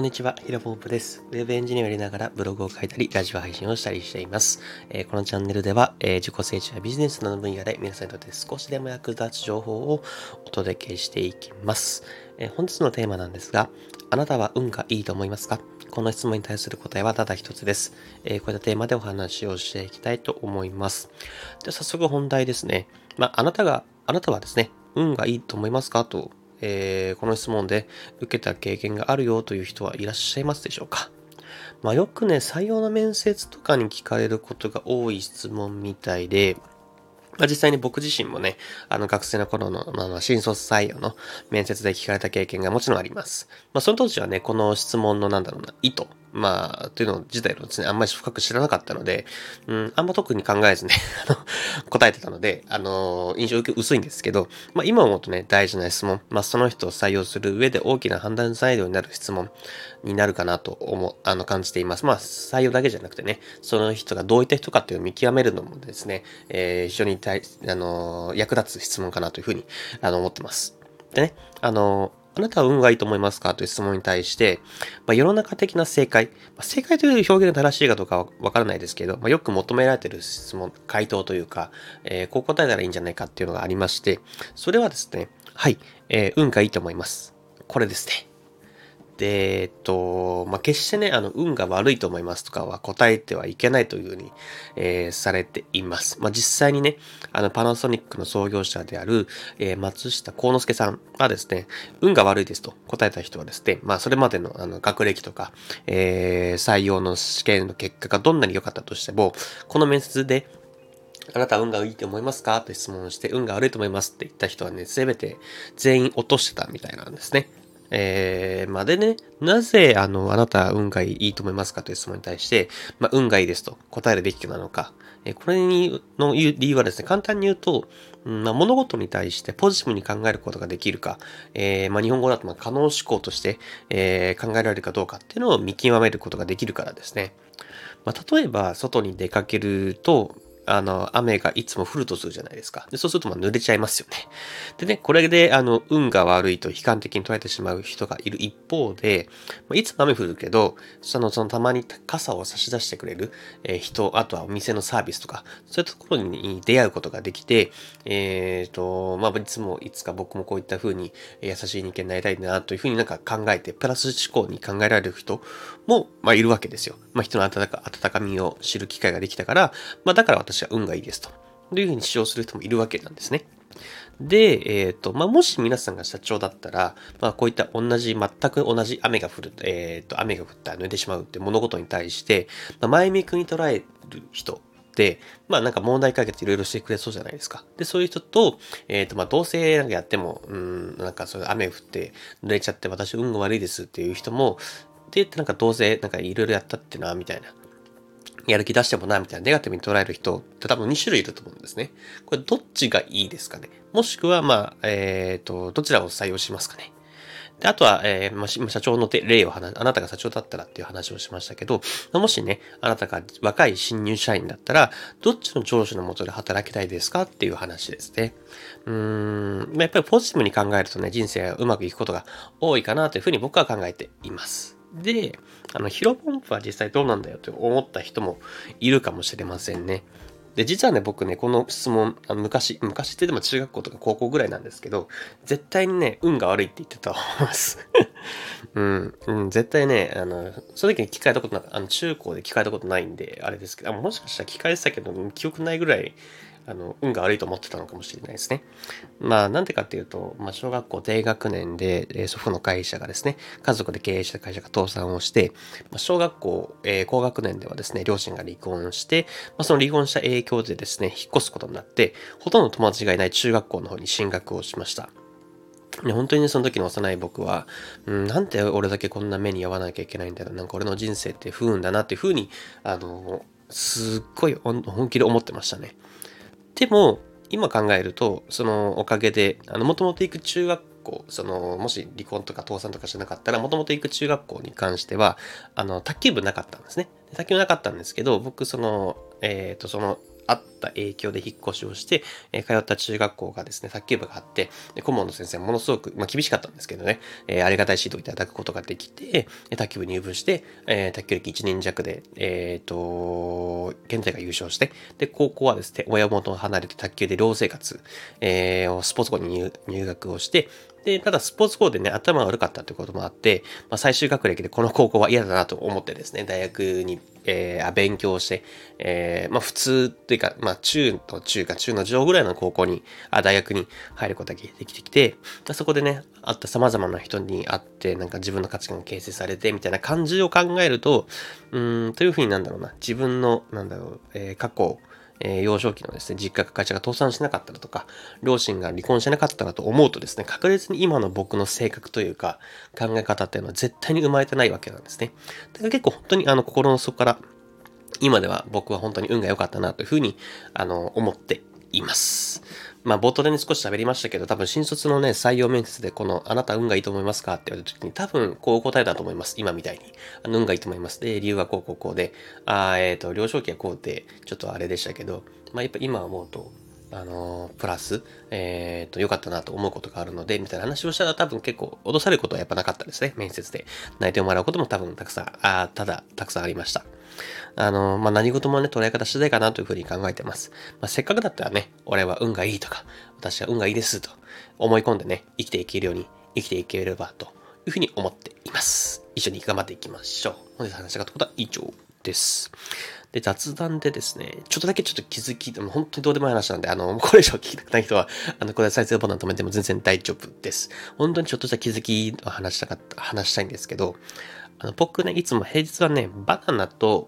んにちは、ヒロポンプです。ウェブエンジニアをやりながらブログを書いたり、ラジオ配信をしたりしています。このチャンネルでは、自己成長やビジネスなどの分野で皆さんにとって少しでも役立つ情報をお届けしていきます。本日のテーマなんですが、あなたは運がいいと思いますか？この質問に対する答えはただ一つです。こういったテーマでお話をしていきたいと思います。では早速本題ですね。あなたはですね、運がいいと思いますかとこの質問で受けた経験があるよという人はいらっしゃいますでしょうか？よくね、採用の面接とかに聞かれることが多い質問みたいで、実際に僕自身もね、学生の頃の、新卒採用の面接で聞かれた経験がもちろんあります。その当時はね、この質問の意図、というの自体のですね、あんまり深く知らなかったので、あんま特に考えずね、答えてたので、印象薄いんですけど、今思うとね、大事な質問、その人を採用する上で大きな判断材料になる質問になるかなと感じています。採用だけじゃなくてね、その人がどういった人かっていうのを見極めるのもですね、非常に役立つ質問かなというふうに思ってます。でね、あなたは運がいいと思いますかという質問に対して、世の中的な正解、正解という表現が正しいかどうかはわからないですけど、よく求められている質問、回答というか、こう答えたらいいんじゃないかっていうのがありまして、それはですね、はい、運がいいと思います。これですね。で、決してね、運が悪いと思いますとかは答えてはいけないというふうに、されています。実際にね、パナソニックの創業者である、松下幸之助さんはですね、運が悪いですと答えた人はですね、それまでの学歴とか、採用の試験の結果がどんなに良かったとしても、この面接であなたは運がいいと思いますかと質問して、運が悪いと思いますって言った人はね、すべて全員落としてたみたいなんですね。でね、なぜ、あなたは運がいいと思いますかという質問に対して、運がいいですと答えるべきなのか。これの理由はですね、簡単に言うと、物事に対してポジティブに考えることができるか、日本語だと可能思考として、考えられるかどうかっていうのを見極めることができるからですね。例えば、外に出かけると、雨がいつも降るとするじゃないですか。で、そうすると濡れちゃいますよね。でね、これで、運が悪いと悲観的に捉えてしまう人がいる一方で、いつも雨降るけど、たまに傘を差し出してくれる、人、あとはお店のサービスとか、そういうところに出会うことができて、いつか僕もこういった風に優しい人間になりたいなという風に考えて、プラス思考に考えられる人も、いるわけですよ。人の温かみを知る機会ができたから、だから私は運がいいですと。というふうに主張する人もいるわけなんですね。で、もし皆さんが社長だったら、こういった全く同じ雨が降る、雨が降ったら濡れてしまうって物事に対して、前向きに捉える人で、問題解決いろいろしてくれそうじゃないですか。で、そういう人と、どうせやっても、そういう雨降って濡れちゃって私運が悪いですっていう人も、で、どうせいろいろやったってな、みたいな。やる気出してもな、みたいなネガティブに捉える人って多分2種類いると思うんですね。これどっちがいいですかね？もしくは、どちらを採用しますかね？で、あとは、社長の例をあなたが社長だったらっていう話をしましたけど、もしね、あなたが若い新入社員だったら、どっちの上司の下で働きたいですかっていう話ですね。やっぱりポジティブに考えるとね、人生がうまくいくことが多いかなというふうに僕は考えています。で、ヒロポンプは実際どうなんだよと思った人もいるかもしれませんね。で、実はね、僕ね、この質問、昔ってでも中学校とか高校ぐらいなんですけど、絶対にね、運が悪いって言ってたと思います。絶対ね、その時に聞かれたことなか中高で聞かれたことないんで、あれですけど、もしかしたら聞かれてたけど、記憶ないぐらい、運が悪いと思ってたのかもしれないですね。なんでかっていうと、小学校低学年で、祖父の会社がですね、家族で経営した会社が倒産をして、小学校、高学年ではですね、両親が離婚して、その離婚した影響でですね、引っ越すことになって、ほとんど友達がいない中学校の方に進学をしました。本当にその時の幼い僕は、なんで俺だけこんな目に遭わなきゃいけないんだろう。俺の人生って不運だなっていうふうに、すっごい本気で思ってましたね。でも、今考えると、そのおかげで、もともと行く中学校、もし離婚とか倒産とかしなかったら、もともと行く中学校に関しては、卓球部なかったんですね。卓球部なかったんですけど、僕、 あった影響で引っ越しをして、通った中学校がですね、卓球部があって、顧問の先生ものすごく、厳しかったんですけどね、ありがたい指導いただくことができて、卓球部入部して、卓球歴1年弱で、現在が優勝して、で、高校はですね、親元を離れて卓球で寮生活、スポーツ校に入学をして、で、ただスポーツ校でね、頭が悪かったということもあって、最終学歴でこの高校は嫌だなと思ってですね、大学に、勉強して、普通っていうか、中の上ぐらいの高校に、大学に入ることができてきて、そこでね、会った様々な人に会って、なんか自分の価値観が形成されて、みたいな感じを考えると、というふうに自分の、過去、幼少期のですね、実家か会社が倒産しなかったらとか、両親が離婚しなかったらと思うとですね、確実に今の僕の性格というか、考え方っていうのは絶対に生まれてないわけなんですね。だから結構本当に心の底から、今では僕は本当に運が良かったなというふうに、思っています。冒頭でね、少し喋りましたけど、多分新卒のね、採用面接であなた運がいいと思いますかって言われた時に、多分こう答えだと思います。今みたいに。運がいいと思います。で、理由はこうで、幼少期はこうで、ちょっとあれでしたけど、やっぱ今思うと、プラス、良かったなと思うことがあるので、みたいな話をしたら多分結構脅されることはやっぱなかったですね。面接で。内定をもらうことも多分たくさんありました。何事もね、捉え方次第かなというふうに考えてます。せっかくだったらね、俺は運がいいとか、私は運がいいですと思い込んでね、生きていけるように生きていければというふうに思っています。一緒に頑張っていきましょう。本日話したかったことは以上です。で、雑談でですね、ちょっと気づき、本当にどうでもいい話なんで、これ以上聞きたくない人は、これ再生ボタン止めても全然大丈夫です。本当にちょっとした気づきを話したいんですけど、僕ね、いつも平日はね、バナナと、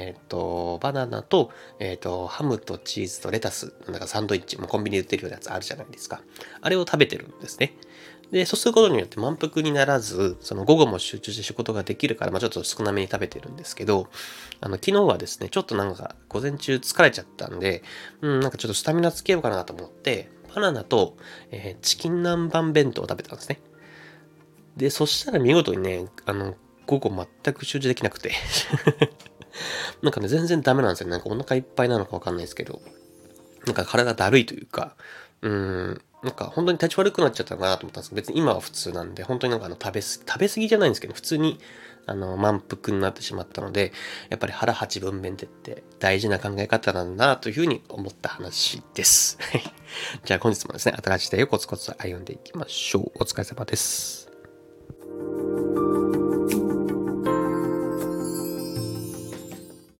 ハムとチーズとレタス、なんかサンドイッチ、コンビニで売ってるようなやつあるじゃないですか。あれを食べてるんですね。で、そうすることによって満腹にならず、その午後も集中して仕事ができるから、ちょっと少なめに食べてるんですけど、昨日はですね、ちょっとなんか午前中疲れちゃったんで、なんかちょっとスタミナつけようかなと思って、バナナと、チキン南蛮弁当を食べたんですね。で、そしたら見事にね、午後全く集中できなくてなんかね、全然ダメなんですよ。なんかお腹いっぱいなのかわかんないですけど、なんか体だるいというか、なんか本当に立ち悪くなっちゃったのかなと思ったんですけど、別に今は普通なんで、本当になんか食べ過ぎじゃないんですけど、普通に満腹になってしまったので、やっぱり腹八分目って大事な考え方なんだなというふうに思った話です。じゃあ本日もですね、新しい時代をコツコツ歩んでいきましょう。お疲れ様です。